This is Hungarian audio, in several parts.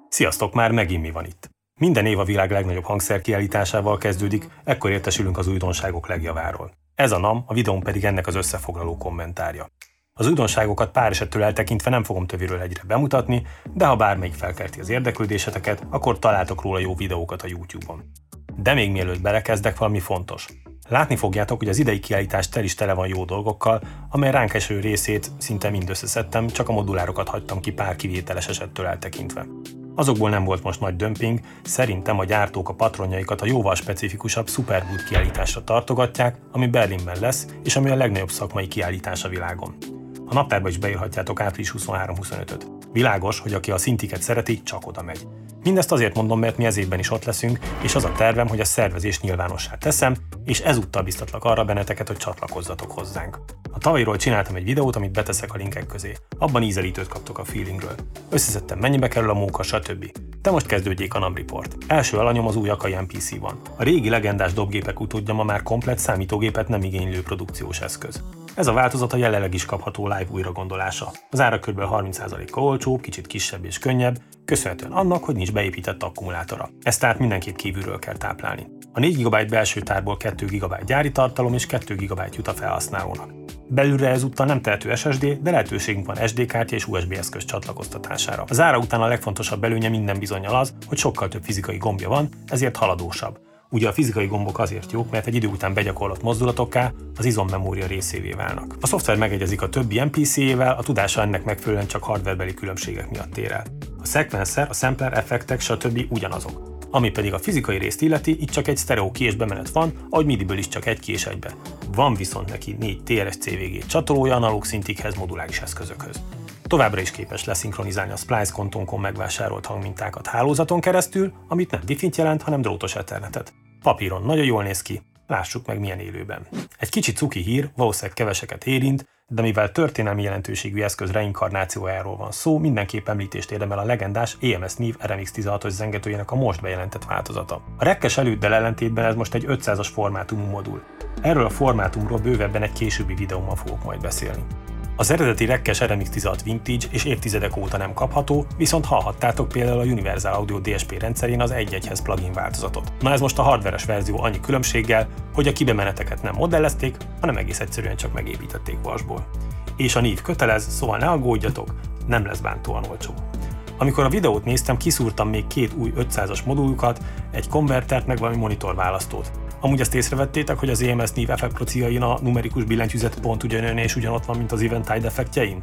Sziasztok, már megint mi van itt? Minden év a világ legnagyobb hangszerkiállításával kezdődik, ekkor értesülünk az újdonságok legjaváról. Ez a NAM, a videón pedig ennek az összefoglaló kommentárja. Az újdonságokat pár esettől eltekintve nem fogom többről egyre bemutatni, de ha bármelyik felkelti az érdeklődéseteket, akkor találtok róla jó videókat a YouTube-on. De még mielőtt belekezdek, valami fontos. Látni fogjátok, hogy az idei kiállítás tele van jó dolgokkal, amely ránk eső részét szinte mind összeszedtem, csak a modulárokat hagytam ki pár kivételes esettől eltekintve. Azokból nem volt most nagy dömping, szerintem a gyártók a patronjaikat a jóval specifikusabb Superboot kiállításra tartogatják, ami Berlinben lesz, és ami a legnagyobb szakmai kiállítás a világon. A naptárba is beírhatjátok április 23-25-öt. Világos, hogy aki a szintiket szereti, csak oda megy. Mindezt azért mondom, mert mi ez évben is ott leszünk, és az a tervem, hogy a szervezést nyilvánossá teszem, és ezúttal biztatlak arra benneteket, hogy csatlakozzatok hozzánk. A tavalyiról csináltam egy videót, amit beteszek a linkek közé. Abban ízelítőt kaptok a feelingről. Összeszedtem, mennyibe kerül a móka, stb. De most kezdődjék a NAM Report. Első alanyom az új Akai MPC van. A régi legendás dobgépek utódja ma már komplett számítógépet nem igénylő produkciós eszköz. Ez a változat a jelenleg is kapható live újragondolása. Az ára kb. 30%-kal olcsóbb, kicsit kisebb és könnyebb, köszönhetően annak, hogy nincs beépített akkumulátora. Ezt tehát mindenképp kívülről kell táplálni. A 4 GB belső tárból 2 GB gyári tartalom és 2 GB jut a felhasználónak. Belülre ezúttal nem tehető SSD, de lehetőségünk van SD kártya és USB eszköz csatlakoztatására. Az ára után a legfontosabb előnye minden bizonnyal az, hogy sokkal több fizikai gombja van, ezért haladósabb. Ugye a fizikai gombok azért jók, mert egy idő után begyakorlott mozdulatokká az izommemória részévé válnak. A szoftver megegyezik a többi MPC-jével, a tudása ennek megfelelően csak hardwarebeli különbségek miatt tér el. A sequencer, a sampler, effektek, stb. Ugyanazok. Ami pedig a fizikai részt illeti, itt csak egy sztereó ki- és bemenet van, ahogy MIDI-ből is csak egy ki és egybe. Van viszont neki 4 TRS-CVG csatolója analóg szintikhez, moduláris eszközökhöz. Továbbra is képes leszinkronizálni a Splice kontónkon megvásárolt hangmintákat hálózaton keresztül, amit nem Wi-Fi-t jelent, hanem drótos Ethernetet. Papíron nagyon jól néz ki, lássuk meg milyen élőben. Egy kicsit cuki hír, valószínűleg keveseket érint, de mivel történelmi jelentőségű eszköz reinkarnációjáról van szó, mindenképp említést érdemel a legendás EMS NIV RMX16-os zengetőjének a most bejelentett változata. A rekkes előddel ellentétben ez most egy 500-as formátumú modul. Erről a formátumról bővebben egy későbbi videóban fogok majd beszélni. Az eredeti rekkes RMX16 Vintage és évtizedek óta nem kapható, viszont hallhattátok például a Universal Audio DSP rendszerén az 1.1-hez plugin változatot. Na ez most a hardveres verzió annyi különbséggel, hogy a kibemeneteket nem modellezték, hanem egész egyszerűen csak megépítették vasból. És a NIV kötelez, szóval ne aggódjatok, nem lesz bántóan olcsó. Amikor a videót néztem, kiszúrtam még 2 új 500-as modulukat, egy konvertert meg valami monitorválasztót. Amúgy ezt észrevettétek, hogy az EMS NIV Effect Pro cíjain a numerikus billentyűzet pont ugyanolyan és ugyanott van, mint az Eventide effektjein?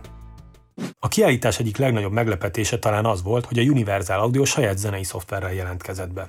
A kiállítás egyik legnagyobb meglepetése talán az volt, hogy a Universal Audio saját zenei szoftverrel jelentkezett be.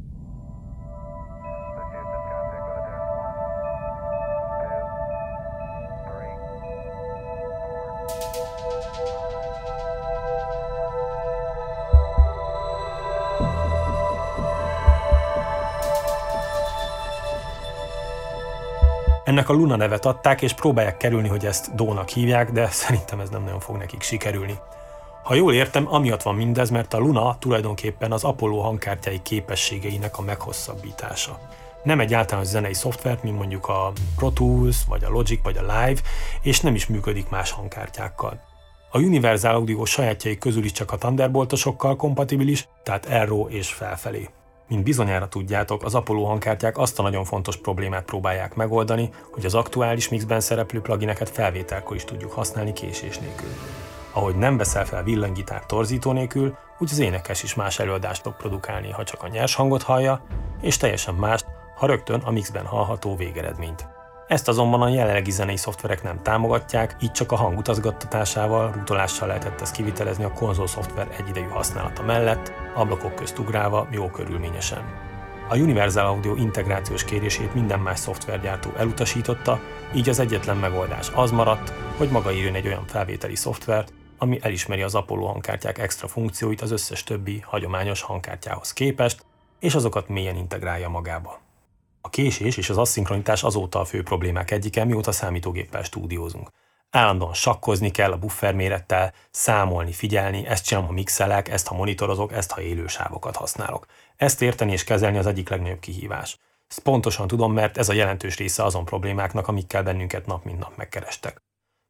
Ennek a Luna nevet adták, és próbálják kerülni, hogy ezt DAW-nak hívják, de szerintem ez nem nagyon fog nekik sikerülni. Ha jól értem, amiatt van mindez, mert a Luna tulajdonképpen az Apollo hangkártyái képességeinek a meghosszabbítása. Nem egy általános zenei szoftvert, mint mondjuk a Pro Tools, vagy a Logic, vagy a Live, és nem is működik más hangkártyákkal. A Universal Audio sajátjai közül is csak a Thunderboltosokkal kompatibilis, tehát erről és felfelé. Mint bizonyára tudjátok, az Apollo hangkártyák azt a nagyon fontos problémát próbálják megoldani, hogy az aktuális mixben szereplő plugineket felvételkor is tudjuk használni késés nélkül. Ahogy nem veszel fel villanygitár torzító nélkül, úgy az énekes is más előadást fog produkálni, ha csak a nyers hangot hallja, és teljesen mást, ha rögtön a mixben hallható végeredményt. Ezt azonban a jelenlegi zenei szoftverek nem támogatják, így csak a hang utazgattatásával, rútolással lehetett ezt kivitelezni a konzol szoftver egyidejű használata mellett, ablakok közt ugrálva, jó körülményesen. A Universal Audio integrációs kérését minden más szoftvergyártó elutasította, így az egyetlen megoldás az maradt, hogy maga írjon egy olyan felvételi szoftvert, ami elismeri az Apollo hangkártyák extra funkcióit az összes többi hagyományos hangkártyához képest, és azokat mélyen integrálja magába. A késés és az asszinkronitás azóta a fő problémák egyike, mióta számítógéppel stúdiózunk. Állandóan sakkozni kell a buffer mérettel, számolni, figyelni, ezt csinálom, ha mixelek, ezt ha monitorozok, ezt ha élősávokat használok. Ezt érteni és kezelni az egyik legnagyobb kihívás. Ezt pontosan tudom, mert ez a jelentős része azon problémáknak, amikkel bennünket nap mint nap megkerestek.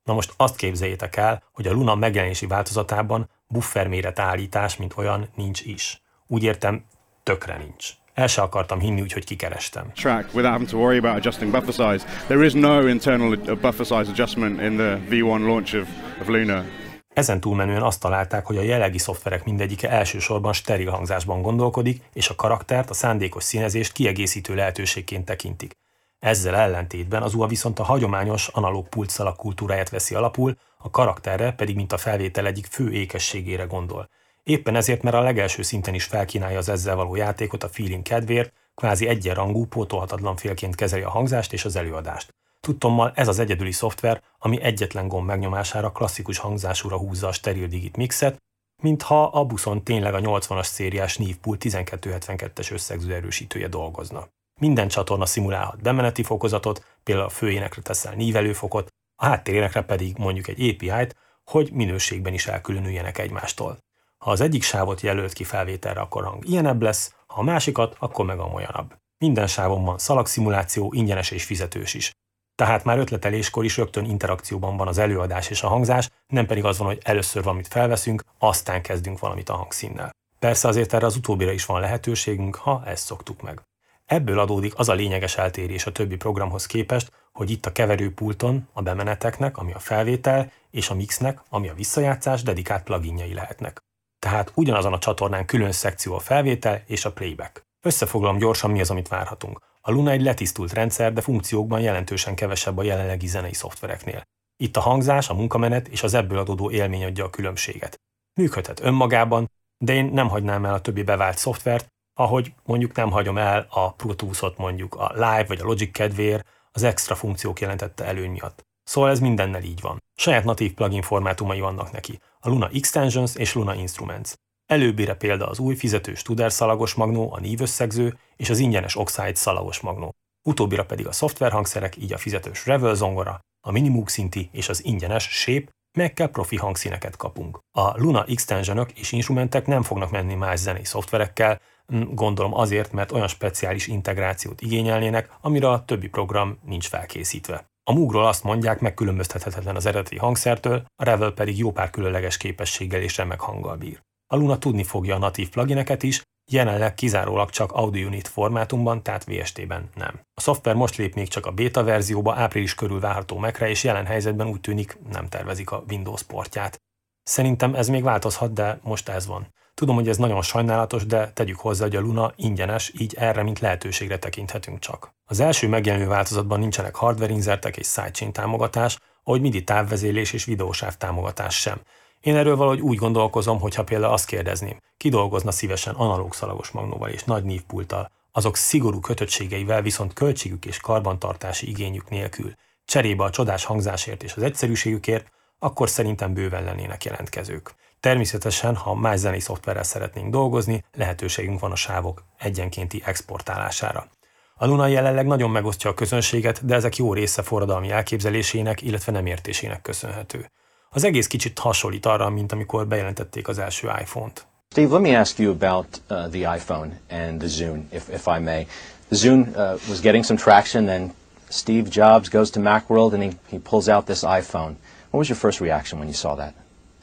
Na most azt képzeljétek el, hogy a Luna megjelenési változatában bufferméret állítás, mint olyan nincs is. Úgy értem, tökre nincs. El se akartam hinni, úgyhogy kikerestem. Track without having to worry about adjusting buffer size. There is no internal buffer size adjustment in the V1 launch of Luna. Ezen túlmenően azt találták, hogy a jelenlegi szoftverek mindegyike elsősorban steril hangzásban gondolkodik, és a karaktert, a szándékos színezést kiegészítő lehetőségként tekintik. Ezzel ellentétben az UA viszont a hagyományos analóg pultszalak kultúráját veszi alapul, a karakterre pedig mint a felvétel egyik fő ékességére gondol. Éppen ezért, mert a legelső szinten is felkínálja az ezzel való játékot a feeling kedvéért, kvázi egyenrangú, pótolhatatlan félként kezeli a hangzást és az előadást. Tudtommal ez az egyedüli szoftver, ami egyetlen gomb megnyomására klasszikus hangzásúra húzza a steril digit mixet, mintha a buszon tényleg a 80-as szériás Neve Pult 1272-es összegző erősítője dolgozna. Minden csatorna szimulálhat bemeneti fokozatot, például a főénekre teszel nívelőfokot, a háttérénekre pedig mondjuk egy API-t, hogy minőségben is elkülönüljenek egymástól. Ha az egyik sávot jelölt ki felvételre, akkor hang ilyenebb lesz, ha a másikat, akkor meg amolyanabb. Minden sávon van szalagszimuláció, ingyenes és fizetős is. Tehát már ötleteléskor is rögtön interakcióban van az előadás és a hangzás, nem pedig az van, hogy először valamit felveszünk, aztán kezdünk valamit a hangszínnel. Persze azért erre az utóbbira is van lehetőségünk, ha ezt szoktuk meg. Ebből adódik az a lényeges eltérés a többi programhoz képest, hogy itt a keverőpulton a bemeneteknek, ami a felvétel, és a mixnek, ami a visszajátszás dedikált pluginjai lehetnek. Tehát ugyanazon a csatornán külön szekció a felvétel és a playback. Összefoglalom gyorsan, mi az, amit várhatunk. A Luna egy letisztult rendszer, de funkciókban jelentősen kevesebb a jelenlegi zenei szoftvereknél. Itt a hangzás, a munkamenet és az ebből adódó élmény adja a különbséget. Működhet önmagában, de én nem hagynám el a többi bevált szoftvert, ahogy mondjuk nem hagyom el a Pro Tools-ot mondjuk a Live vagy a Logic kedvéért az extra funkciók jelentette előny miatt. Szóval ez mindennel így van. Saját natív plugin formátumai vannak neki, a Luna Extensions és Luna Instruments. Előbbire példa az új fizetős Studer szalagos magnó, a Neve összegző és az ingyenes Oxide szalagos magnó. Utóbbira pedig a szoftverhangszerek, így a fizetős Revel zongora, a Minimoog szinti és az ingyenes Shape, meg profi hangszíneket kapunk. A Luna Extensionok és instrumentek nem fognak menni más zenei szoftverekkel, gondolom azért, mert olyan speciális integrációt igényelnének, amire a többi program nincs felkészítve. A Moogról azt mondják, megkülönböztethetetlen az eredeti hangszertől, a Revel pedig jó pár különleges képességgel és remek hanggal bír. A Luna tudni fogja a natív plugineket is, jelenleg kizárólag csak Audio Unit formátumban, tehát VST-ben nem. A szoftver most lép még csak a beta verzióba, április körül várható Macre, és jelen helyzetben úgy tűnik, nem tervezik a Windows portját. Szerintem ez még változhat, de most ez van. Tudom, hogy ez nagyon sajnálatos, de tegyük hozzá, hogy a Luna ingyenes, így erre mint lehetőségre tekinthetünk csak. Az első megjelenő változatban nincsenek hardware insertek és sidechain támogatás, ahogy MIDI távvezérlés és videósáv támogatás sem. Én erről valahogy úgy gondolkozom, hogy ha például azt kérdezném, ki dolgozna szívesen analóg szalagos magnóval és nagy Neve pulttal, azok szigorú kötöttségeivel viszont költségük és karbantartási igényük nélkül, cserébe a csodás hangzásért és az egyszerűségükért, akkor szerintem bőven lennének jelentkezők. Természetesen, ha más zenei szoftverrel szeretnénk dolgozni, lehetőségünk van a sávok egyenkénti exportálására. A Luna jelenleg nagyon megosztja a közönséget, de ezek jó része forradalmi elképzelésének, illetve nem értésének köszönhető. Az egész kicsit hasonlít arra, mint amikor bejelentették az első iPhone-t. Steve, let me ask you about the iPhone and the Zune, if I may. The Zune was getting some traction, then Steve Jobs goes to Macworld and he pulls out this iPhone. What was your first reaction when you saw that?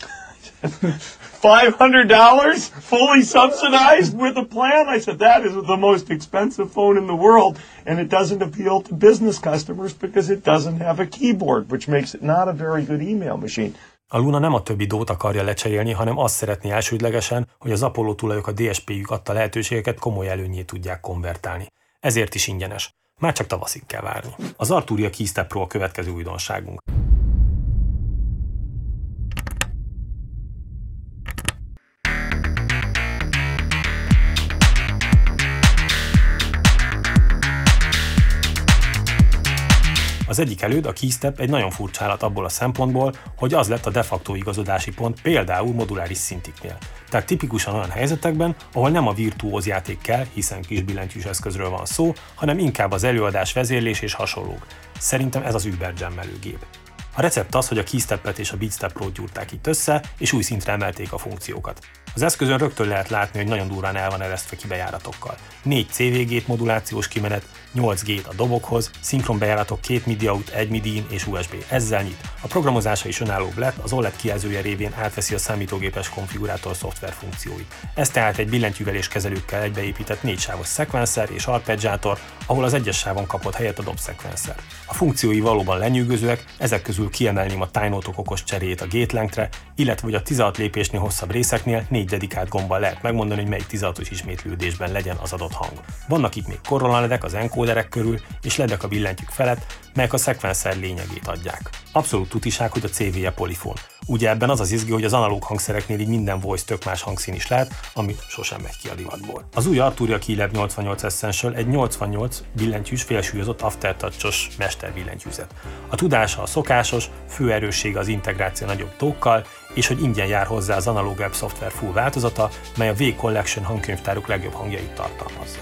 $500 fully subsidized with a plan? I said, that is the most expensive phone in the world, and it doesn't appeal to business customers because it doesn't have a keyboard, which makes it not a very good email machine. A Luna nem a többi dót akarja lecserélni, hanem azt szeretné elsődlegesen, hogy az Apollo tulajok a DSP-jük adta lehetőségeket komoly előnyé tudják konvertálni. Ezért is ingyenes. Már csak tavaszig kell várni. Az Arturia Keystep Pro a következő újdonságunk. Az egyik előd, a Keystep egy nagyon furcsa állat abból a szempontból, hogy az lett a de facto igazodási pont például moduláris szintiknél. Tehát tipikusan olyan helyzetekben, ahol nem a virtuóz játék kell, hiszen kis billentyűs eszközről van szó, hanem inkább az előadás, vezérlés és hasonlók. Szerintem ez az Uber jammelőgép. A recept az, hogy a Keystepet és a Beatstep Pro-t gyúrták itt össze, és új szintre emelték a funkciókat. Az eszközön rögtön lehet látni, hogy nagyon durván el van eresztve kibejáratokkal. 4 CVG modulációs kimenet, 8 gate a dobokhoz, szinkron bejáratok, 2 MIDI out, 1 MIDI-in és USB. Ezzel nyit. A programozása is önállóbb lett, az OLED kijelzője révén átveszi a számítógépes konfigurátor szoftver funkcióit. Ez tehát egy billentyűvel és kezelőkkel egybeépített 4 sávos szekvenszer és arpeggiátor, ahol az egyes sávon kapott helyet a dobszekvenszer. A funkciói valóban lenyűgözőek, ezek közül kiemelném a Time Note-ok okos cseréjét a gate lengthre, illetve hogy a 16 lépésnél hosszabb részeknél 4 dedikált gombbal lehet megmondani, hogy melyik 16-os ismétlődésben legyen az adott hang. Vannak itt még korrola-ledek az encóderek körül, és ledek a billentyűk felett, melyek a szekvenszer lényegét adják. Abszolút tutiság, hogy a CV-je polifón. Ugye ebben az az izgi, hogy az analóg hangszereknél így minden voice tök más hangszín is lehet, ami sosem megy ki a divatból. Az új Arturia Keylab 88 Essential egy 88 billentyűs félsúlyozott aftertouch-os mesterbillentyűzet. A tudása a szokásos, fő erőssége az integráció nagyobb tókkal, és hogy ingyen jár hozzá az Analog Web Software full változata, mely a V-Collection hangkönyvtáruk legjobb hangjait tartalmazza.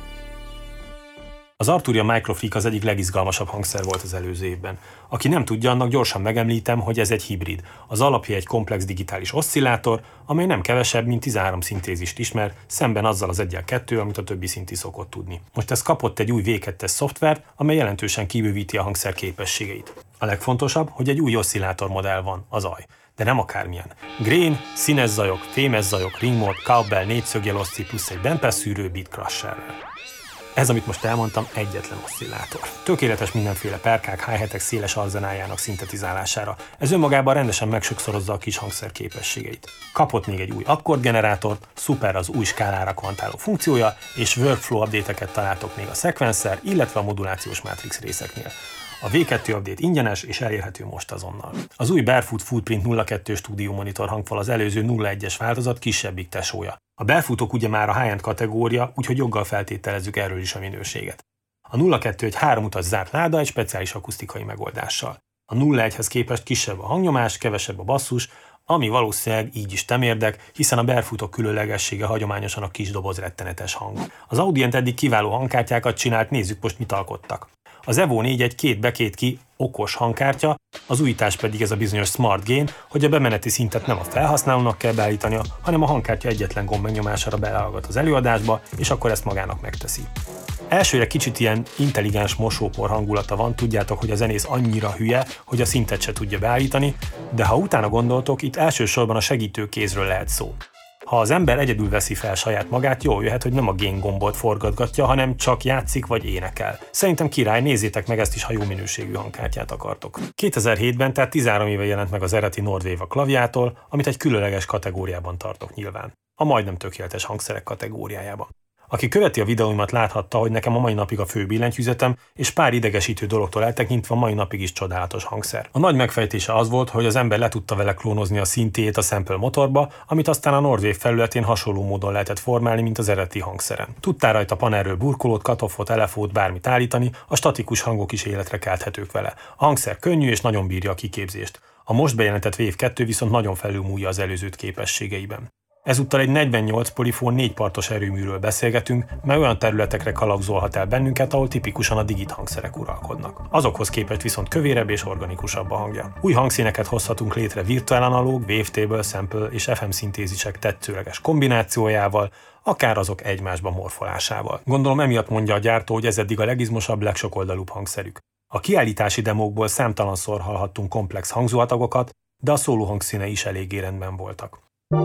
Az Arturia Microfreak az egyik legizgalmasabb hangszer volt az előző évben. Aki nem tudja, annak gyorsan megemlítem, hogy ez egy hibrid. Az alapja egy komplex digitális oszcillátor, amely nem kevesebb, mint 13 szintézist ismer, szemben azzal az 1/2, amit a többi szinti szokott tudni. Most ez kapott egy új V2-es szoftvert, amely jelentősen kibővíti a hangszer képességeit. A legfontosabb, hogy egy új oszcillátor modell van, az AJ. De nem akármilyen. Grain, színes zajok, fémes zajok, ringmód, cowbell, négyszögjel oszci plusz egy bempes szűrő beat crusherrel. Ez, amit most elmondtam, egyetlen oszcillátor. Tökéletes mindenféle perkák, hi-hatek széles arzenájának szintetizálására. Ez önmagában rendesen megsokszorozza a kis hangszer képességeit. Kapott még egy új akkordgenerátort, szuper az új skálára kvantáló funkciója, és workflow update-eket találtok még a szekvenszer, illetve a modulációs mátrix részeknél. A V2 update ingyenes és elérhető most azonnal. Az új Barefoot Footprint 02 stúdió monitor hangfal az előző 01-es változat kisebbik tesója. A Barefootok ugye már a high-end kategória, úgyhogy joggal feltételezzük erről is a minőséget. A 02 egy 3 utas zárt láda egy speciális akusztikai megoldással. A 01-hez képest kisebb a hangnyomás, kevesebb a basszus, ami valószínűleg így is temérdek, hiszen a Barefootok különlegessége hagyományosan a kis doboz rettenetes hang. Az Audient eddig kiváló hangkártyákat csinált, nézzük most mit alkottak. Az Evo 4 egy 2-be-2-ki okos hangkártya, az újítás pedig ez a bizonyos Smart Gain, hogy a bemeneti szintet nem a felhasználónak kell beállítania, hanem a hangkártya egyetlen gomb megnyomására belehallgat az előadásba, és akkor ezt magának megteszi. Elsőre kicsit ilyen intelligens mosópor hangulata van, tudjátok, hogy a zenész annyira hülye, hogy a szintet se tudja beállítani, de ha utána gondoltok, itt elsősorban a segítőkézről lehet szó. Ha az ember egyedül veszi fel saját magát, jól jöhet, hogy nem a gain gombot forgatgatja, hanem csak játszik vagy énekel. Szerintem király, nézzétek meg ezt is, ha jó minőségű hangkártyát akartok. 2007-ben, tehát 13 éve jelent meg az eredeti Nordwave a Klaviától, amit egy különleges kategóriában tartok nyilván. A majdnem tökéletes hangszerek kategóriájában. Aki követi a videóimat, láthatta, hogy nekem a mai napig a fő billentyűzetem, és pár idegesítő dologtól eltekintve a mai napig is csodálatos hangszer. A nagy megfejtése az volt, hogy az ember le tudta vele klónozni a szintjét a sample motorba, amit aztán a Nordwave felületén hasonló módon lehetett formálni, mint az eredeti hangszeren. Tudtál rajta panelről burkolót, cut-offot, elefót, bármit állítani, a statikus hangok is életre kelthetők vele. A hangszer könnyű és nagyon bírja a kiképzést. A most bejelentett Wave 2 viszont nagyon felülmúlja az előzőt képességeiben. Ezúttal egy 48 polifón 4 partos erőműről beszélgetünk, mely olyan területekre kalapzolhat el bennünket, ahol tipikusan a digit hangszerek uralkodnak. Azokhoz képest viszont kövérebb és organikusabb a hangja. Új hangszíneket hozhatunk létre virtuál analóg, wavetable, sample és FM szintézisek tetszőleges kombinációjával, akár azok egymásba morfolásával. Gondolom emiatt mondja a gyártó, hogy ez eddig a legizmosabb, legsokoldalúbb hangszerük. A kiállítási demókból számtalanszor hallhattunk komplex hangzóatagokat, de a szóló hangszíne is eléggé rendben voltak.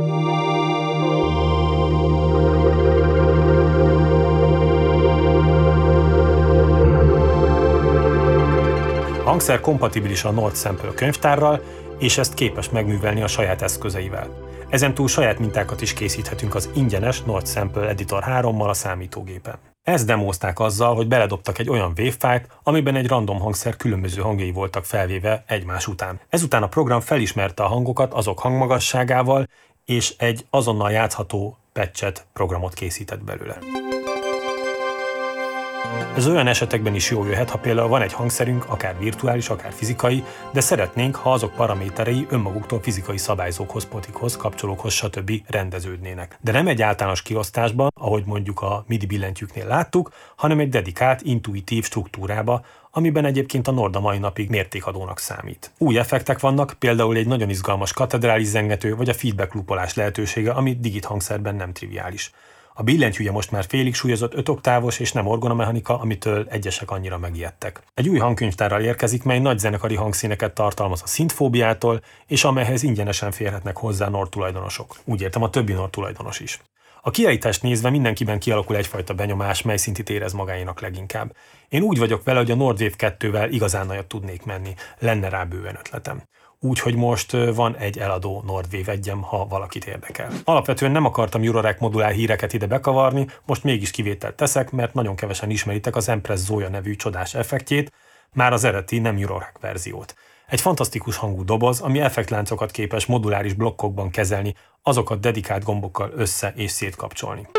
A hangszer kompatibilis a Nord Sample könyvtárral, és ezt képes megművelni a saját eszközeivel. Ezentúl saját mintákat is készíthetünk az ingyenes Nord Sample Editor 3-mal a számítógépen. Ezt demózták azzal, hogy beledobtak egy olyan wavefile-t, amiben egy random hangszer különböző hangjai voltak felvéve egymás után. Ezután a program felismerte a hangokat azok hangmagasságával, és egy azonnal játszható patchet programot készített belőle. Ez olyan esetekben is jól jöhet, ha például van egy hangszerünk, akár virtuális, akár fizikai, de szeretnénk, ha azok paraméterei önmaguktól fizikai szabályzókhoz, potikhoz, kapcsolókhoz, stb. Rendeződnének. De nem egy általános kiosztásban, ahogy mondjuk a MIDI billentyűknél láttuk, hanem egy dedikált, intuitív struktúrába, amiben egyébként a Nord a mai napig mértékadónak számít. Új effektek vannak, például egy nagyon izgalmas katedrális zengető, vagy a feedback loopolás lehetősége, ami digit hangszerben nem triviális. A billentyűje most már félig súlyozott 5 oktávos és nem orgonamechanika, amitől egyesek annyira megijedtek. Egy új hangkönyvtárral érkezik, mely nagy zenekari hangszíneket tartalmaz a szintfóbiától, és amelyhez ingyenesen férhetnek hozzá Nord tulajdonosok. Úgy értem, a többi Nord tulajdonos is. A kiállítást nézve mindenkiben kialakul egyfajta benyomás, mely szintit érez magáénak leginkább. Én úgy vagyok vele, hogy a Nord Wave 2-vel igazán nagyot tudnék menni, lenne rá bőven ötletem. Úgyhogy most van egy eladó Nord Wave 1-em, ha valakit érdekel. Alapvetően nem akartam Eurorack modulár híreket ide bekavarni, most mégis kivételt teszek, mert nagyon kevesen ismeritek az Empress Zoya nevű csodás effektjét, már az eredeti nem Eurorack verziót. Egy fantasztikus hangú doboz, ami effektláncokat képes moduláris blokkokban kezelni, azokat dedikált gombokkal össze- és szétkapcsolni.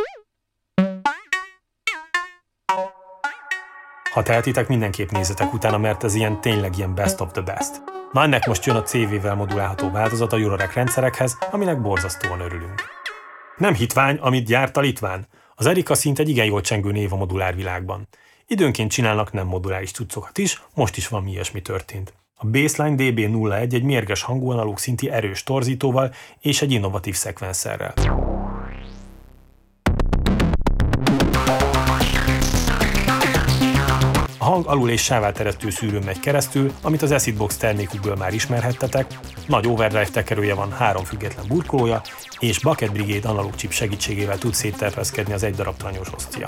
Ha tehetitek, mindenképp nézzetek utána, mert ez tényleg ilyen best of the best. Na, ennek most jön a CV-vel modulálható változat a Eurorack rendszerekhez, aminek borzasztóan örülünk. Nem hitvány, amit gyárt a litván. Az Erika szint egy igen jól csengő név a modulár világban. Időnként csinálnak nem moduláris cuccokat is, most is valami ilyesmi történt. A Bassline DB01 egy mérges hangú analóg szinti erős torzítóval és egy innovatív szekvenszerrel. A hang alul és sáváteresztő szűrőn megy keresztül, amit az Acidbox termékükből már ismerhettetek, nagy overdrive tekerője van, 3 független burkolója, és Bucket Brigade analóg chip segítségével tud szétterpeszkedni az egy darab tranyos osztja.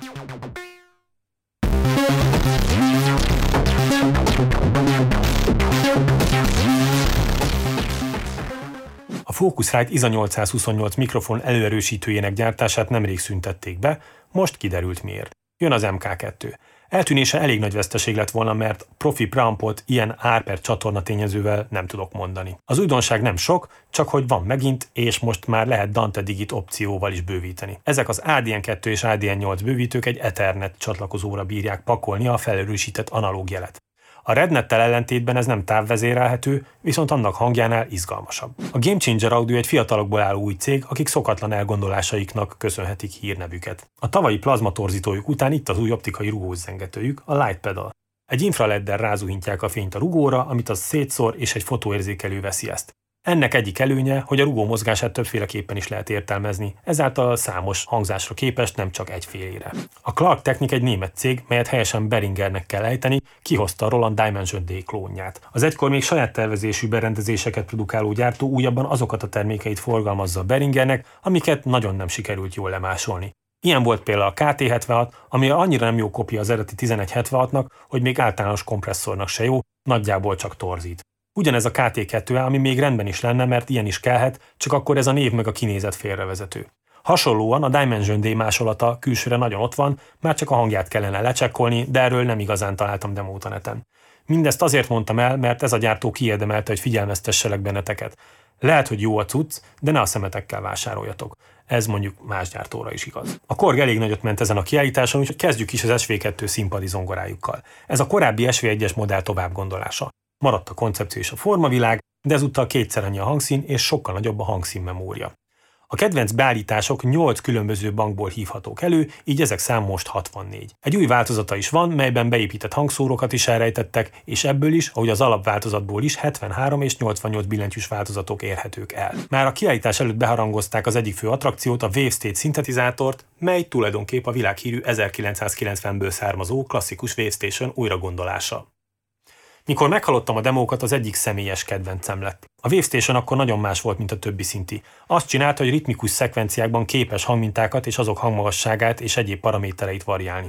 A Focusrite ISA 828 mikrofon előerősítőjének gyártását nemrég szüntették be, most kiderült miért. Jön az MK2. Eltűnése elég nagy veszteség lett volna, mert profi preampot ilyen ár per csatorna tényezővel nem tudok mondani. Az újdonság nem sok, csak hogy van megint, és most már lehet Dante Digit opcióval is bővíteni. Ezek az ADN2 és ADN8 bővítők egy Ethernet csatlakozóra bírják pakolni a felerősített analóg jelet. A RedNet-tel ellentétben ez nem távvezérelhető, viszont annak hangjánál izgalmasabb. A Game Changer Audio egy fiatalokból álló új cég, akik szokatlan elgondolásaiknak köszönhetik hírnevüket. A tavalyi plazmatorzítójuk után itt az új optikai rugós zengetőjük, a Light Pedal. Egy infraleddel rázuhintják a fényt a rugóra, amit az szétszór, és egy fotóérzékelő veszi ezt. Ennek egyik előnye, hogy a rugó mozgását többféleképpen is lehet értelmezni, ezáltal számos hangzásra képes, nem csak egyfélére. A Clark Technic egy német cég, melyet helyesen Behringernek kell ejteni, kihozta a Roland Dimension D klónját. Az egykor még saját tervezésű berendezéseket produkáló gyártó újabban azokat a termékeit forgalmazza a Behringernek, amiket nagyon nem sikerült jól lemásolni. Ilyen volt például a KT76, ami annyira nem jó kopia az eredeti 1176-nak, hogy még általános kompresszornak se jó, nagyjából csak torzít. Ugyanez a KT2A, ami még rendben is lenne, mert ilyen is kellhet, csak akkor ez a név meg a kinézet félrevezető. Hasonlóan a Dimension D másolata külsőre nagyon ott van, már csak a hangját kellene lecsekkolni, de erről nem igazán találtam demót a neten. Mindezt azért mondtam el, mert ez a gyártó kiérdemelte, hogy figyelmeztesselek benneteket. Lehet, hogy jó a cucc, de ne a szemetekkel vásároljatok. Ez mondjuk más gyártóra is igaz. A Korg elég nagyot ment ezen a kiállításon, úgyhogy kezdjük is az SV2 színpadi zongorájukkal. Ez a korábbi SV1-es modell továbbgondolása. Maradt a koncepció és a formavilág, de ezúttal kétszer annyi a hangszín és sokkal nagyobb a hangszínmemória. A kedvenc beállítások 8 különböző bankból hívhatók elő, így ezek szám most 64. Egy új változata is van, melyben beépített hangszórókat is elrejtettek, és ebből is, ahogy az alapváltozatból is 73 és 88 billentyűs változatok érhetők el. Már a kiállítás előtt beharangozták az egyik fő attrakciót, a Wave State szintetizátort, mely tulajdonképp a világhírű 1990-ből származó klasszikus Wave Station újragondolása. Mikor meghallottam a demókat, az egyik személyes kedvencem lett. A Wave Station akkor nagyon más volt, mint a többi szinti. Azt csinálta, hogy ritmikus szekvenciákban képes hangmintákat és azok hangmagasságát és egyéb paramétereit variálni.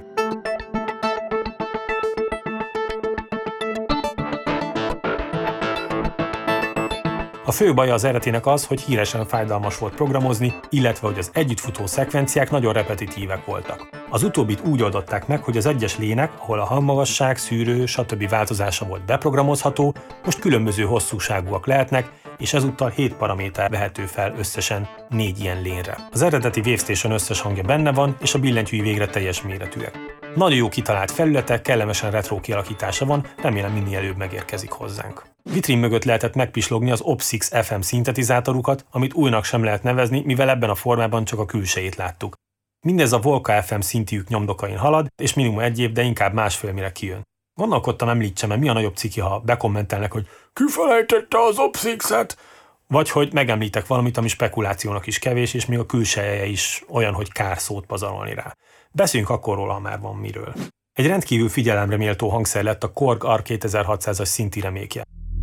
A fő baja az eredetének az, hogy híresen fájdalmas volt programozni, illetve hogy az együttfutó szekvenciák nagyon repetitívek voltak. Az utóbbit úgy oldották meg, hogy az egyes lének, ahol a hangmagasság, szűrő, stb. Változása volt beprogramozható, most különböző hosszúságúak lehetnek, és ezúttal 7 paraméter vehető fel összesen 4 ilyen lénre. Az eredeti Wave Station összes hangja benne van, és a billentyűi végre teljes méretűek. Nagyon jó kitalált felülete, kellemesen retro kialakítása van, remélem minél előbb megérkezik hozzánk. Vitrin mögött lehetett megpislogni az Opsix FM szintetizátorukat, amit újnak sem lehet nevezni, mivel ebben a formában csak a külsejét láttuk. Mindez a Volca FM szintjük nyomdokain halad, és minimum egy év, de inkább másfélmire kijön. Gondolkodtam, említsem, mi a nagyobb ciki, ha bekommentelnek, hogy kifelejtette az Opsixet, vagy hogy megemlítek valamit, ami spekulációnak is kevés, és még a külseje is olyan, hogy kár szót pazarolni rá. Beszéljünk akkor róla, ha már van miről. Egy rendkívül figyelemre méltó hangszer lett a Korg R2600-as szinti remékje.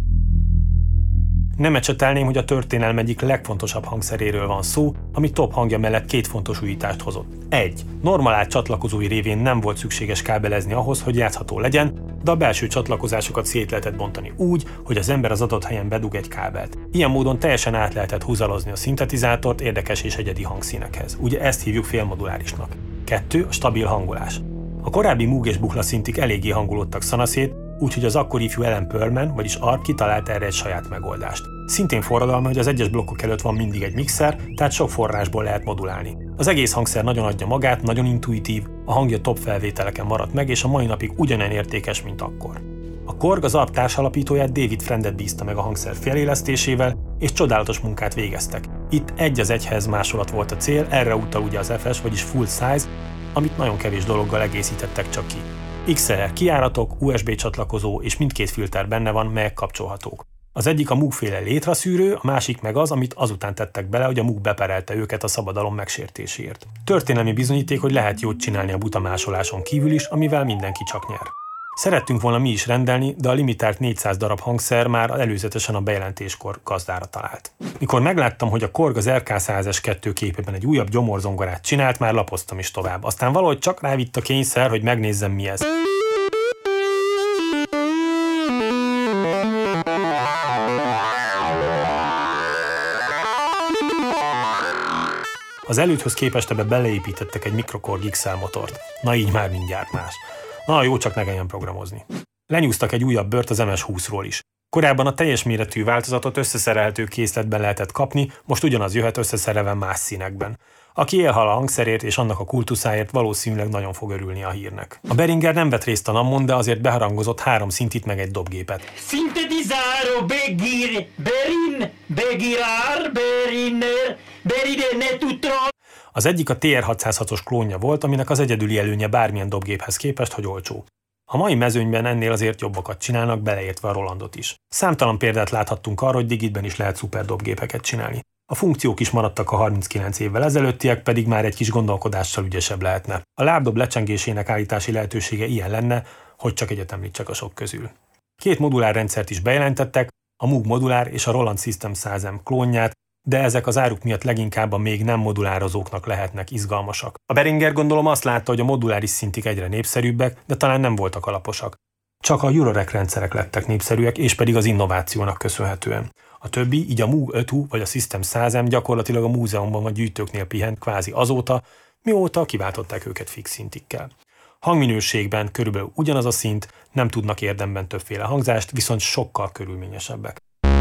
Nem ecsetelném, hogy a történelem egyik legfontosabb hangszeréről van szó, ami top hangja mellett két fontos újítást hozott. 1. Normál csatlakozói révén nem volt szükséges kábelezni ahhoz, hogy játszható legyen, de a belső csatlakozásokat szét lehetett bontani úgy, hogy az ember az adott helyen bedug egy kábelt. Ilyen módon teljesen át lehetett húzalozni a szintetizátort érdekes és egyedi hangszínekhez. Ugye ezt hívjuk félmodulárisnak. 2. A stabil hangolás. A korábbi Moog és Buchla szintik eléggé hangolódtak szanaszét, úgyhogy az akkori ifjú Alan Perlman, vagyis Arp kitalált erre egy saját megoldást. Szintén forradalmi, hogy az egyes blokkok előtt van mindig egy mixer, tehát sok forrásból lehet modulálni. Az egész hangszer nagyon adja magát, nagyon intuitív, a hangja top felvételeken maradt meg, és a mai napig ugyanolyan értékes, mint akkor. A Korg az Arp társalapítóját, David Friendet bízta meg a hangszer felélesztésével, és csodálatos munkát végeztek. Itt 1:1 másolat volt a cél, erre utal ugye az FS, vagyis full size, amit nagyon kevés dologgal egészítettek csak ki. XLR kijáratok, USB csatlakozó és mindkét filter benne van, melyek kapcsolhatók. Az egyik a Moog-féle létraszűrő, a másik meg az, amit azután tettek bele, hogy a Moog beperelte őket a szabadalom megsértéséért. Történelmi bizonyíték, hogy lehet jót csinálni a buta másoláson kívül is, amivel mindenki csak nyer. Szerettünk volna mi is rendelni, de a limitált 400 darab hangszer már előzetesen a bejelentéskor gazdára talált. Mikor megláttam, hogy a Korg az RK100S2 képében egy újabb gyomorzongorát csinált, már lapoztam is tovább. Aztán valahogy csak rávitt a kényszer, hogy megnézzem, mi ez. Az elődhöz képest ebbe beleépítettek egy Microkorg XL motort. Na így már mindjárt más. Na jó, csak ne kelljen programozni. Lenyúztak egy újabb bört az MS-20-ról is. Korábban a teljes méretű változatot összeszerelhető készletben lehetett kapni, most ugyanaz jöhet összeszerelve más színekben. Aki élhal a hangszerért és annak a kultuszáért, valószínűleg nagyon fog örülni a hírnek. A Behringer nem vett részt a NAMMon, de azért beharangozott 3 szintit meg egy dobgépet. Sintetizáló Begir, Berin, Begirár, Beriner, Beriner Tutron. Az egyik a TR-606-os klónja volt, aminek az egyedüli előnye bármilyen dobgéphez képest, hogy olcsó. A mai mezőnyben ennél azért jobbakat csinálnak, beleértve a Rolandot is. Számtalan példát láthattunk arra, hogy Digitben is lehet szuper dobgépeket csinálni. A funkciók is maradtak a 39 évvel ezelőttiek, pedig már egy kis gondolkodással ügyesebb lehetne. A lábdob lecsengésének állítási lehetősége ilyen lenne, hogy csak egyet említsek a sok közül. 2 modulár rendszert is bejelentettek, a Moog modulár és a Roland System 100M klónját, de ezek az áruk miatt leginkább a még nem modulározóknak lehetnek izgalmasak. A Behringer gondolom azt látta, hogy a moduláris szintik egyre népszerűbbek, de talán nem voltak alaposak. Csak a Eurorack rendszerek lettek népszerűek, és pedig az innovációnak köszönhetően. A többi, így a Moog 5U vagy a System 100M gyakorlatilag a múzeumban vagy gyűjtőknél pihent kvázi azóta, mióta kiváltották őket fix szintikkel. Hangminőségben körülbelül ugyanaz a szint, nem tudnak érdemben többféle hangzást, viszont sokkal körülményesebbek.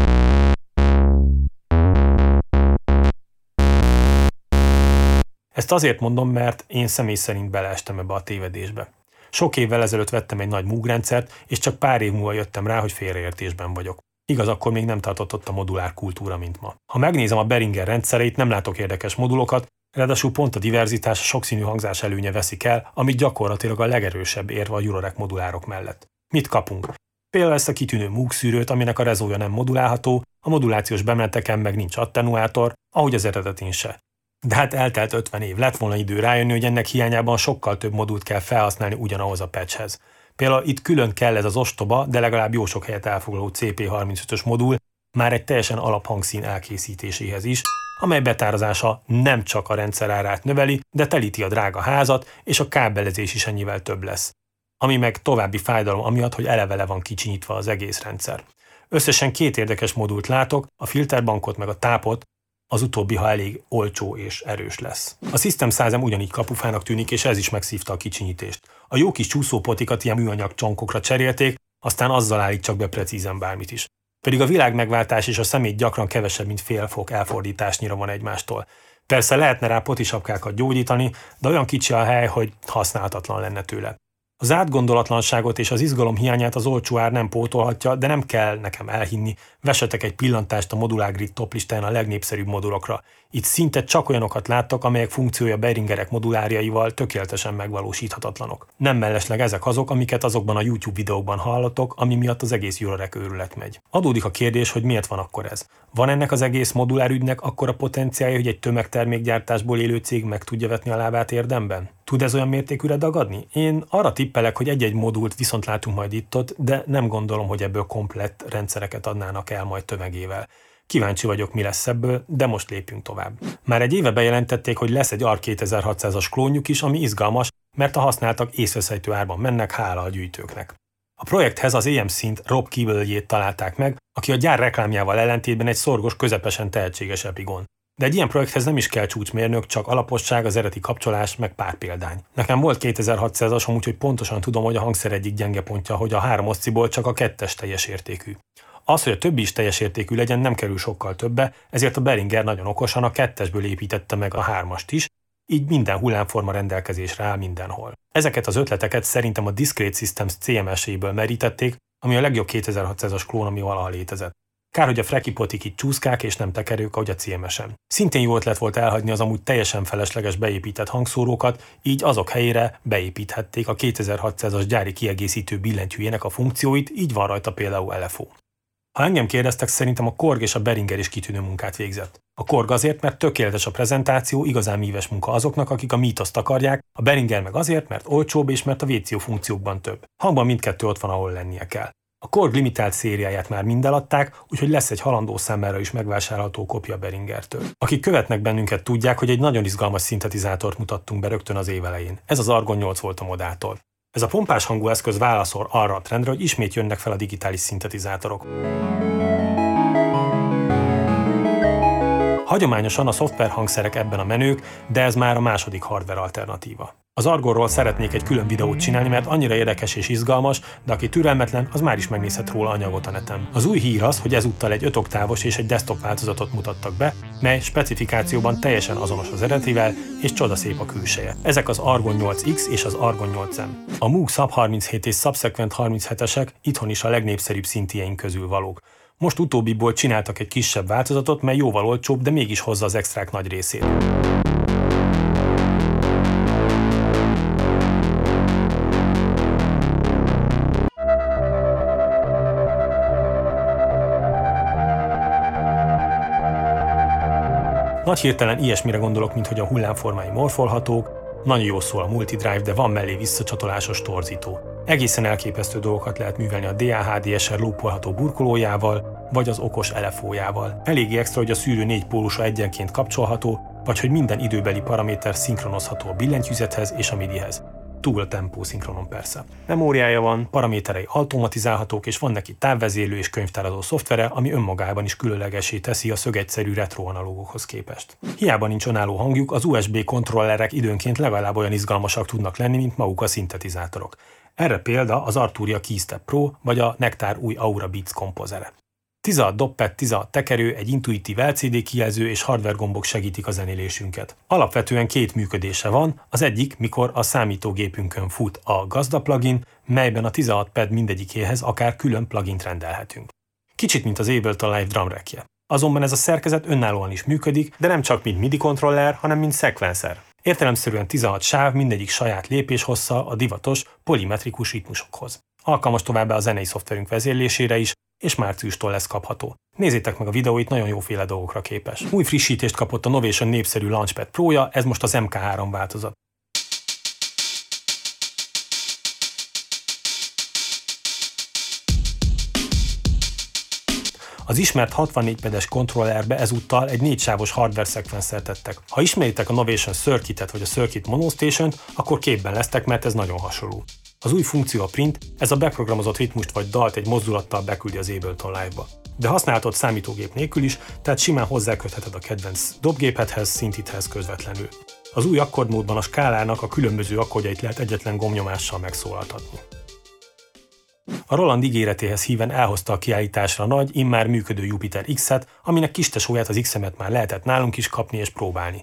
Ezt azért mondom, mert én személy szerint beleestem ebbe a tévedésbe. Sok évvel ezelőtt vettem egy nagy Moog rendszert, és csak pár év múlva jöttem rá, hogy félreértésben vagyok. Igaz, akkor még nem tartott ott a modulár kultúra, mint ma. Ha megnézem a Behringer rendszereit, nem látok érdekes modulokat, ráadásul pont a diverzitás, a sokszínű hangzás előnye veszik el, amit gyakorlatilag a legerősebb érve a Eurorack modulárok mellett. Mit kapunk? Például ezt a kitűnő Moog szűrőt, aminek a rezója nem modulálható, a modulációs bemeneteken meg nincs attenuátor, ahogy az eredetin se. De hát eltelt 50 év, lett volna idő rájönni, hogy ennek hiányában sokkal több modult kell felhasználni ugyanahoz a patchhez. Például itt külön kell ez az ostoba, de legalább jó sok helyet elfoglaló CP35-ös modul, már egy teljesen alaphangszín elkészítéséhez is, amely betározása nem csak a rendszer árát növeli, de telíti a drága házat, és a kábelezés is ennyivel több lesz. Ami meg további fájdalom amiatt, hogy eleve le van kicsinyítva az egész rendszer. Összesen 2 érdekes modult látok, a filterbankot meg a tápot, az utóbbi, ha elég olcsó és erős lesz. A System 100M ugyanígy kapufának tűnik, és ez is megszívta a kicsinyítést. A jó kis csúszópotikat ilyen műanyag csonkokra cserélték, aztán azzal állít csak be precízen bármit is. Pedig a világmegváltás és a szemét gyakran kevesebb, mint fél fok elfordításnyira van egymástól. Persze lehetne rá potisapkákat gyógyítani, de olyan kicsi a hely, hogy használhatatlan lenne tőle. Az átgondolatlanságot és az izgalom hiányát az olcsó ár nem pótolhatja, de nem kell nekem elhinni. Vessetek egy pillantást a Modular Grid top listán a legnépszerűbb modulokra. Itt szinte csak olyanokat láttak, amelyek funkciója Behringerek modulárjaival tökéletesen megvalósíthatatlanok. Nem mellesleg ezek azok, amiket azokban a YouTube videókban hallottok, ami miatt az egész Eurorec őrület megy. Adódik a kérdés, hogy miért van akkor ez. Van ennek az egész modulár ügynek akkora potenciálja, hogy egy tömegtermékgyártásból élő cég meg tudja vetni a lábát érdemben? Tud ez olyan mértékűre dagadni? Én arra tippelek, hogy egy-egy modult viszont látunk majd itt-ott, de nem gondolom, hogy ebből komplett rendszereket adnának el majd tömegével. Kíváncsi vagyok, mi lesz ebből, de most lépjünk tovább. Már egy éve bejelentették, hogy lesz egy ARC 2600-as klónjuk is, ami izgalmas, mert a használtak észveszejtő árban mennek, hála a gyűjtőknek. A projekthez az EMC-t Rob Keeble-jét találták meg, aki a gyár reklámjával ellentétben egy szorgos, közepesen tehetséges epigon. De egy ilyen projekthez nem is kell csúcsmérnök, csak alaposság, az eredeti kapcsolás, meg pár példány. Nekem volt 2600-as, úgyhogy pontosan tudom, hogy a hangszer egyik gyenge pontja, hogy a 3 oszciból csak a 2-es teljes értékű. Az, hogy a többi is teljes értékű legyen, nem kerül sokkal többe, ezért a Behringer nagyon okosan a 2-esből építette meg a 3-ast is, így minden hullámforma rendelkezésre áll mindenhol. Ezeket az ötleteket szerintem a Discrete Systems CMS-éből merítették, ami a legjobb 2600-as klón, ami valaha létezett. Kár, hogy a frekipotik itt csúszkák és nem tekerők, ahogy a CMS-en. Szintén jó ötlet volt elhagyni az amúgy teljesen felesleges beépített hangszórókat, így azok helyére beépíthették a 2600-as gyári kiegészítő billentyűjének a funkcióit, így van rajta például LFO. Ha engem kérdeztek, szerintem a Korg és a Behringer is kitűnő munkát végzett. A Korg azért, mert tökéletes a prezentáció, igazán míves munka azoknak, akik a mítoszt akarják, a Behringer meg azért, mert olcsóbb és mert a VCO funkciókban több. Hangban mindkettő ott van, ahol lennie kell. A Korg limitált szériáját már mind eladták, úgyhogy lesz egy halandó számára is megvásárolható kopja Behringertől. Akik követnek bennünket, tudják, hogy egy nagyon izgalmas szintetizátort mutattunk be rögtön az év elején. Ez az Argon 8 volt a modától. Ez a pompás hangú eszköz válaszol arra a trendre, hogy ismét jönnek fel a digitális szintetizátorok. Hagyományosan a szoftver hangszerek ebben a menők, de ez már a második hardware alternatíva. Az Argonról szeretnék egy külön videót csinálni, mert annyira érdekes és izgalmas, de aki türelmetlen, az már is megnézhet róla anyagot a neten. Az új hír az, hogy ezúttal egy 5 oktávos és egy desktop változatot mutattak be, mely specifikációban teljesen azonos az eredetivel, és csodaszép a külseje. Ezek az Argon 8X és az Argon 8M. A Moog Sub 37 és Subsequent 37-esek itthon is a legnépszerűbb szintieink közül valók. Most utóbbiból csináltak egy kisebb változatot, mely jóval olcsóbb, de mégis hozza az extrák nagy részét. Nagy hirtelen ilyesmire gondolok, mint hogy a hullámformái morfolhatók, nagyon jó szól a multidrive, de van mellé visszacsatolásos torzító. Egészen elképesztő dolgokat lehet művelni a DA/HDSR loopolható burkolójával, vagy az okos LFO-jával. Eléggé extra, hogy a szűrő 4 pólusa egyenként kapcsolható, vagy hogy minden időbeli paraméter szinkronozható a billentyűzethez és a MIDI-hez. Túl a tempó szinkronon persze. Memóriája van, paraméterei automatizálhatók, és van neki távvezérlő és könyvtárazó szoftvere, ami önmagában is különlegessé teszi a szögegyszerű retroanalógokhoz képest. Hiába nincs önálló hangjuk, az USB kontrollerek időnként legalább olyan izgalmasak tudnak lenni, mint maguk a szintetizátorok. Erre példa az Arturia Keystep Pro vagy a Nektar új Aura Beats kompozere. 16 doppad, 16 tekerő, egy intuitív LCD kijelző és hardware gombok segítik a zenélésünket. Alapvetően 2 működése van, az egyik, mikor a számítógépünkön fut a gazda plugin, melyben a 16 pad mindegyikéhez akár külön plugint rendelhetünk. Kicsit mint az Ableton Live Drum Rackje. Azonban ez a szerkezet önállóan is működik, de nem csak mint MIDI kontroller, hanem mint szekvenszer. Értelemszerűen 16 sáv, mindegyik saját lépéshosszal a divatos, polimetrikus ritmusokhoz. Alkalmas továbbá a zenei szoftverünk vezérlésére is, és márciustól lesz kapható. Nézzétek meg a videóit, nagyon jóféle dolgokra képes. Új frissítést kapott a Novation népszerű Launchpad Pro-ja, ez most az MK3 változat. Az ismert 64 pedes kontrollerbe ezúttal egy 4 sávos hardware szekvenszert tettek. Ha ismeritek a Novation Circuitet vagy a Circuit Monostation-t, akkor képben lesztek, mert ez nagyon hasonló. Az új funkció a print, ez a beprogramozott ritmust vagy dalt egy mozdulattal beküldi az Ableton Live-ba. De használhatod számítógép nélkül is, tehát simán hozzákötheted a kedvenc dobgépedhez, szintithez közvetlenül. Az új akkordmódban a skálának a különböző akkordjait lehet egyetlen gombnyomással megszólaltatni. A Roland ígéretéhez híven elhozta a kiállításra a nagy, immár működő Jupiter X-et, aminek kistesóját, az X-emet már lehetett nálunk is kapni és próbálni.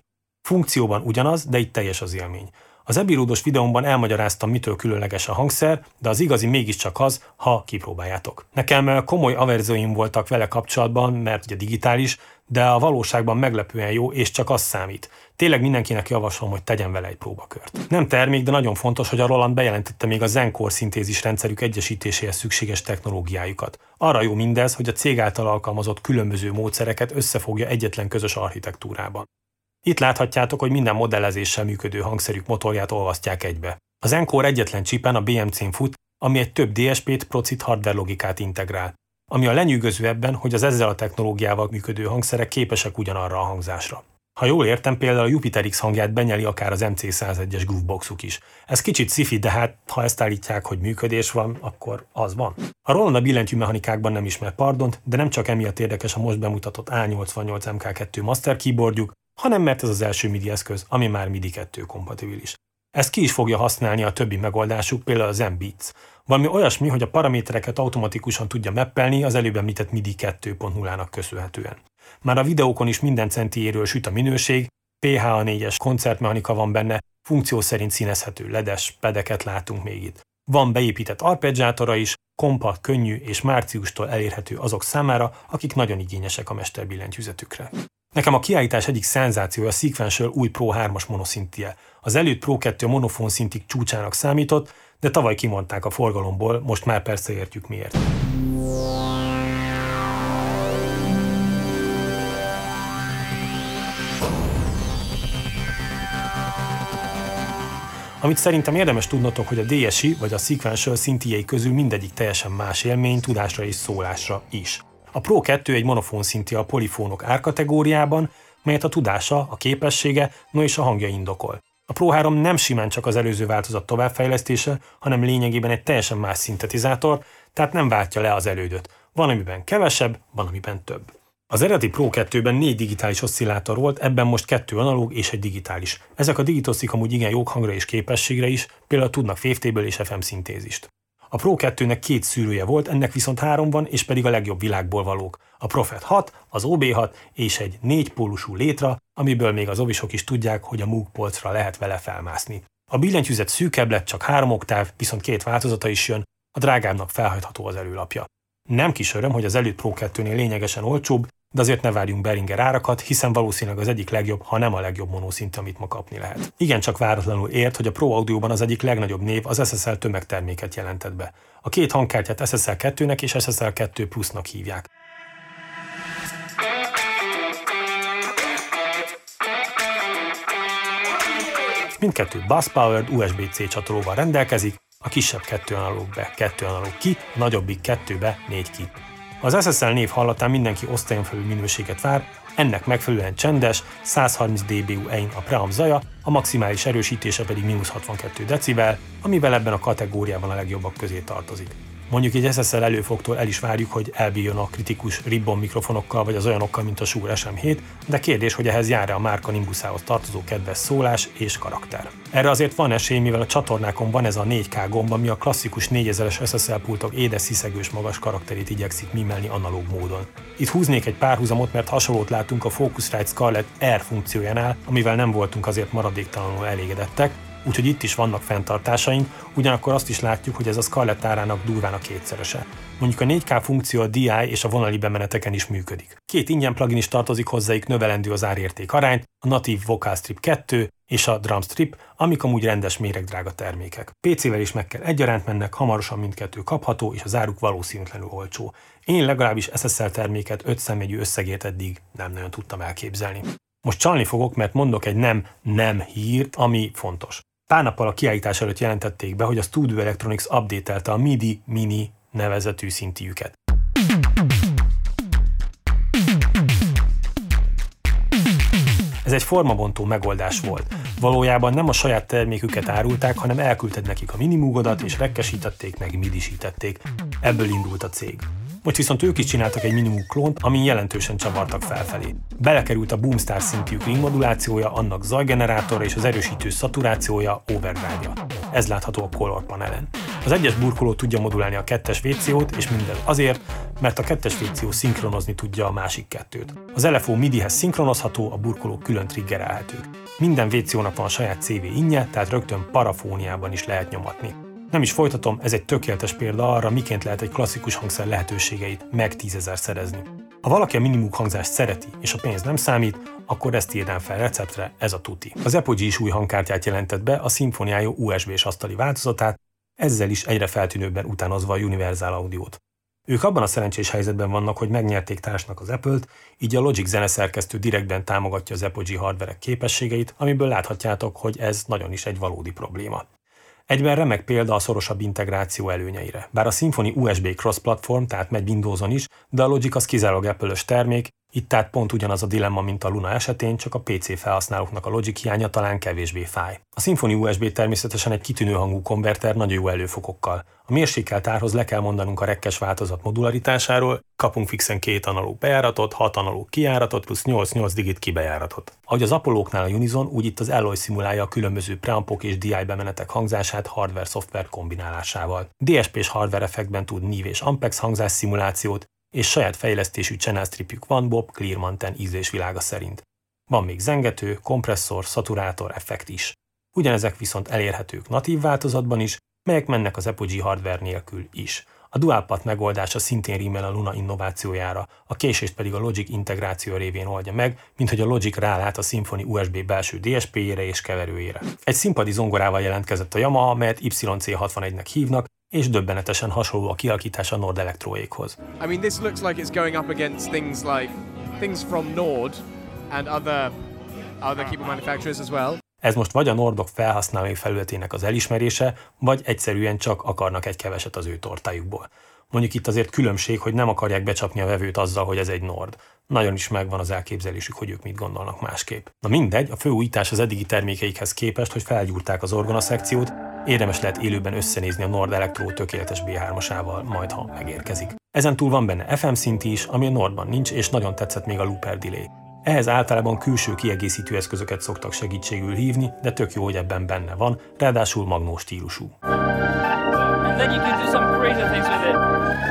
Funkcióban ugyanaz, de itt teljes az élmény. Az epizódos videómban elmagyaráztam, mitől különleges a hangszer, de az igazi mégiscsak az, ha kipróbáljátok. Nekem komoly averzióim voltak vele kapcsolatban, mert ugye digitális, de a valóságban meglepően jó, és csak az számít. Tényleg mindenkinek javaslom, hogy tegyen vele egy próbakört. Nem termék, de nagyon fontos, hogy a Roland bejelentette még a Zencore szintézis rendszerük egyesítéséhez szükséges technológiájukat. Arra jó mindez, hogy a cég által alkalmazott különböző módszereket összefogja egyetlen közös architektúrában. Itt láthatjátok, hogy minden modellezéssel működő hangszerük motorját olvasztják egybe. A Zencore egyetlen csipen, a BMC-n fut, ami egy több DSP-t, procit, hardware logikát integrál. Ami a lenyűgöző ebben, hogy az ezzel a technológiával működő hangszerek képesek ugyanarra a hangzásra. Ha jól értem, például a Jupiter X hangját benyeli akár az MC101-es Grooveboxuk is. Ez kicsit sci-fi, de hát ha ezt állítják, hogy működés van, akkor az van. A Roland a billentyűmechanikákban nem ismer pardont, de nem csak emiatt érdekes a most bemutatott A88 MK2 Master keyboardjuk, hanem mert ez az első MIDI eszköz, ami már MIDI 2 kompatibilis. Ezt ki is fogja használni a többi megoldásuk, például a Zen Beats. Valami olyasmi, hogy a paramétereket automatikusan tudja mappelni az előbb említett MIDI 2.0-nak köszönhetően. Már a videókon is minden centiéről süt a minőség, PHA4-es koncertmechanika van benne, funkció szerint színezhető ledes pedeket látunk még itt. Van beépített arpeggiátora is, kompakt, könnyű és márciustól elérhető azok számára, akik nagyon igényesek a mesterbillentyűzetükre. Nekem a kiállítás egyik szenzációja a Sequential új Pro 3-as monoszintje. Az előtt Pro 2 a monofón szintig csúcsának számított, de tavaly kimondták a forgalomból, most már persze értjük miért. Amit szerintem érdemes tudnotok, hogy a DSi vagy a Sequential szintjei közül mindegyik teljesen más élmény, tudásra és szólásra is. A Pro 2 egy monofón szintje a polifónok árkategóriában, melyet a tudása, a képessége, no és a hangja indokol. A Pro 3 nem simán csak az előző változat továbbfejlesztése, hanem lényegében egy teljesen más szintetizátor, tehát nem váltja le az elődöt. Van, amiben kevesebb, van, amiben több. Az eredeti Pro 2-ben 4 digitális oszcillátor volt, ebben most 2 analóg és egy digitális. Ezek a digitoszik amúgy igen jók hangra és képességre is, például tudnak wavetable és FM szintézist. A Pro 2-nek 2 szűrője volt, ennek viszont 3 van, és pedig a legjobb világból valók. A Prophet 6, az OB6 és egy 4 pólusú létra, amiből még az ovisok is tudják, hogy a Moog polcra lehet vele felmászni. A billentyűzet szűkebb lett, csak 3 oktáv, viszont 2 változata is jön, a drágábbnak felhajtható az előlapja. Nem kis öröm, hogy az előtt Pro 2-nél lényegesen olcsóbb, de azért ne várjunk Behringer árakat, hiszen valószínűleg az egyik legjobb, ha nem a legjobb monoszint, amit ma kapni lehet. Igen, csak váratlanul ért, hogy a Pro Audio-ban az egyik legnagyobb név az SSL tömegterméket jelentett be. A két hangkártyát SSL 2-nek és SSL 2 Plus-nak hívják. Mindkettő bus-powered USB-C csatolóval rendelkezik, a kisebb 2 analóg be, 2 analóg ki, a nagyobbik 2 be, 4 ki. Az SSL név hallatán mindenki osztályon felül minőséget vár, ennek megfelelően csendes, 130 dBu ein a preamp zaja, a maximális erősítése pedig -62 decibel, amivel ebben a kategóriában a legjobbak közé tartozik. Mondjuk egy SSL előfogtól el is várjuk, hogy elbírjon a kritikus ribbon mikrofonokkal vagy az olyanokkal, mint a Shure SM7, de kérdés, hogy ehhez jár-e a márka nimbuszához tartozó kedves szólás és karakter. Erre azért van esély, mivel a csatornákon van ez a 4K gomb, ami a klasszikus 4000-es SSL pultok édes, sziszegős magas karakterét igyekszik mimelni analóg módon. Itt húznék egy párhuzamot, mert hasonlót látunk a Focusrite Scarlett R funkciójánál, amivel nem voltunk azért maradéktalanul elégedettek, úgyhogy itt is vannak fenntartásaink, ugyanakkor azt is látjuk, hogy ez a Scarlett árának durván a kétszerese. Mondjuk a 4K funkció a DI és a vonali bemeneteken is működik. 2 ingyen plugin is tartozik hozzájuk, növelendő az árérték arányt, a natív Vocal Strip 2 és a Drum Strip, amik amúgy rendes méregdrága termékek. PC-vel is meg kell egyaránt mennek, hamarosan mindkettő kapható, és az áruk valószínűtlenül olcsó. Én legalábbis SSL terméket 5 szemjegyű összegért eddig nem nagyon tudtam elképzelni. Most csalni fogok, mert mondok egy nem hírt, ami fontos. Pár nappal a kiállítás előtt jelentették be, hogy a Studio Electronics update-elte a MIDI Mini nevezetű szintjüket. Ez egy formabontó megoldás volt. Valójában nem a saját terméküket árulták, hanem elküldted nekik a Minimoogodat és rekkesítették meg midisítették. Ebből indult a cég. Most viszont ők is csináltak egy Minimoog klónt, amin jelentősen csavartak felfelé. Belekerült a Boomstar szintjük ringmodulációja, annak zajgenerátora és az erősítő szaturációja, overdrive-ja. Ez látható a Color panelen. Az egyes burkoló tudja modulálni a kettes VCO-t, és mindez azért, mert a kettes VCO szinkronozni tudja a másik kettőt. Az LFO MIDI-hez szinkronozható, a burkolók külön triggerelhetők. Minden VCO-nak van a saját CV inje, tehát rögtön parafóniában is lehet nyomatni. Nem is folytatom, ez egy tökéletes példa arra, miként lehet egy klasszikus hangszer lehetőségeit meg 10.000 szerezni. Ha valaki a minimum hangzást szereti, és a pénz nem számít, akkor ezt írnám fel receptre, ez a tuti. Az Apogee is új hangkártyát jelentett be, a Symfoniája USB-s asztali változatát, ezzel is egyre feltűnőbben utánozva a Universal Audiót. Ők abban a szerencsés helyzetben vannak, hogy megnyerték társnak az Apple-t, így a Logic zeneszerkesztő direktben támogatja az Apogee hardverek képességeit, amiből láthatjátok, hogy ez nagyon is egy valódi probléma. Egyben remek példa a szorosabb integráció előnyeire. Bár a Symfony USB cross-platform, tehát megy Windowson is, de a Logic az kizárólag Apple-ös termék, itt tehát pont ugyanaz a dilemma, mint a Luna esetén, csak a PC felhasználóknak a Logic hiánya talán kevésbé fáj. A Symfony USB természetesen egy kitűnő hangú konverter nagyon jó előfokokkal. A mérsékelt árhoz le kell mondanunk a rekkes változat modularitásáról, kapunk fixen 2 analóg bejáratot, 6 analóg kijáratot plusz 8 digit kibejáratot. Ahogy az Apollo-knál a Unison, úgy itt az Alloy szimulálja a különböző preampok és DI bemenetek hangzását hardware-szoftver kombinálásával. DSP-s hardware effektben tud NIV és Ampex hangzás szimulációt, és saját fejlesztésű channel stripjük van Bob Clearmountain ízlésvilága szerint. Van még zengető, kompresszor, szaturátor, effekt is. Ugyanezek viszont elérhetők natív változatban is, melyek mennek az Apogee hardware nélkül is. A DualPath megoldása szintén rímel a Luna innovációjára, a késést pedig a Logic integráció révén oldja meg, minthogy a Logic rálát a Symfony USB belső DSP-jére és keverőjére. Egy színpadi zongorával jelentkezett a Yamaha, melyet YC61-nek hívnak, és döbbenetesen hasonló a kialakítás a Nord Electroékhoz. I mean, this looks like it's going up against things from Nord and other keyboard manufacturers as well. Ez most vagy a Nordok felhasználói felületének az elismerése, vagy egyszerűen csak akarnak egy keveset az ő tortájukból. Mondjuk itt azért különbség, hogy nem akarják becsapni a vevőt azzal, hogy ez egy Nord. Nagyon is megvan az elképzelésük, hogy ők mit gondolnak másképp. Na mindegy, a fő újítás az eddigi termékeikhez képest, hogy felgyúrták az orgona szekciót, érdemes lehet élőben összenézni a Nord Electro tökéletes B3-asával, majd ha megérkezik. Ezen túl van benne FM szint is, ami a Nordban nincs, és nagyon tetszett még a looper delay. Ehhez általában külső kiegészítő eszközöket szoktak segítségül hívni, de tök jó, hogy ebben benne van, ráadásul magnó stílusú. And then you can do some crazy things with it.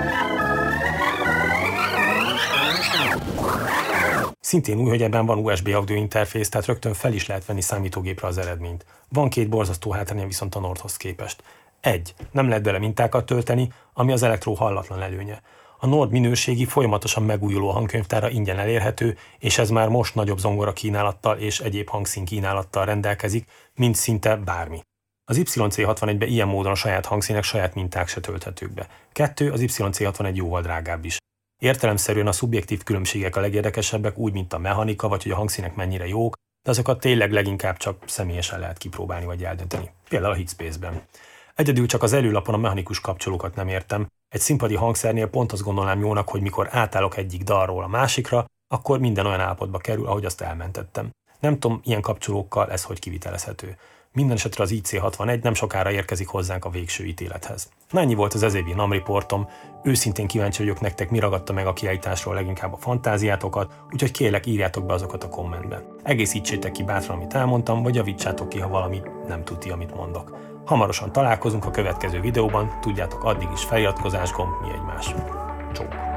Szintén új, hogy ebben van USB audio interfész, tehát rögtön fel is lehet venni számítógépre az eredményt. Van 2 borzasztó hátránya viszont a Nordhoz képest. 1. Nem lehet bele mintákat tölteni, ami az Electro hallatlan előnye. A Nord minőségi, folyamatosan megújuló hangkönyvtára ingyen elérhető, és ez már most nagyobb zongora kínálattal és egyéb hangszín kínálattal rendelkezik, mint szinte bármi. Az YC61-be ilyen módon a saját hangszínek, saját minták se tölthetők be. 2. Az YC61 jóval drágább is. Értelemszerűen a szubjektív különbségek a legérdekesebbek, úgy, mint a mechanika, vagy hogy a hangszínek mennyire jók, de azokat tényleg leginkább csak személyesen lehet kipróbálni vagy eldönteni. Például a Hitspace-ben. Egyedül csak az előlapon a mechanikus kapcsolókat nem értem. Egy színpadi hangszernél pont azt gondolnám jónak, hogy mikor átállok egyik dalról a másikra, akkor minden olyan állapotba kerül, ahogy azt elmentettem. Nem tudom, ilyen kapcsolókkal ez hogy kivitelezhető. Minden esetre az IC61 nem sokára érkezik hozzánk a végső ítélethez. Na, ennyi volt az ez évi NAM riportom. Őszintén kíváncsi vagyok nektek, mi ragadta meg a kiállításról leginkább a fantáziátokat, úgyhogy kérlek, írjátok be azokat a kommentben. Egészítsétek ki bátran, amit elmondtam, vagy javítsátok ki, ha valami nem tuti, amit mondok. Hamarosan találkozunk a következő videóban, tudjátok, addig is feliratkozás gomb, mi egymás. Csók!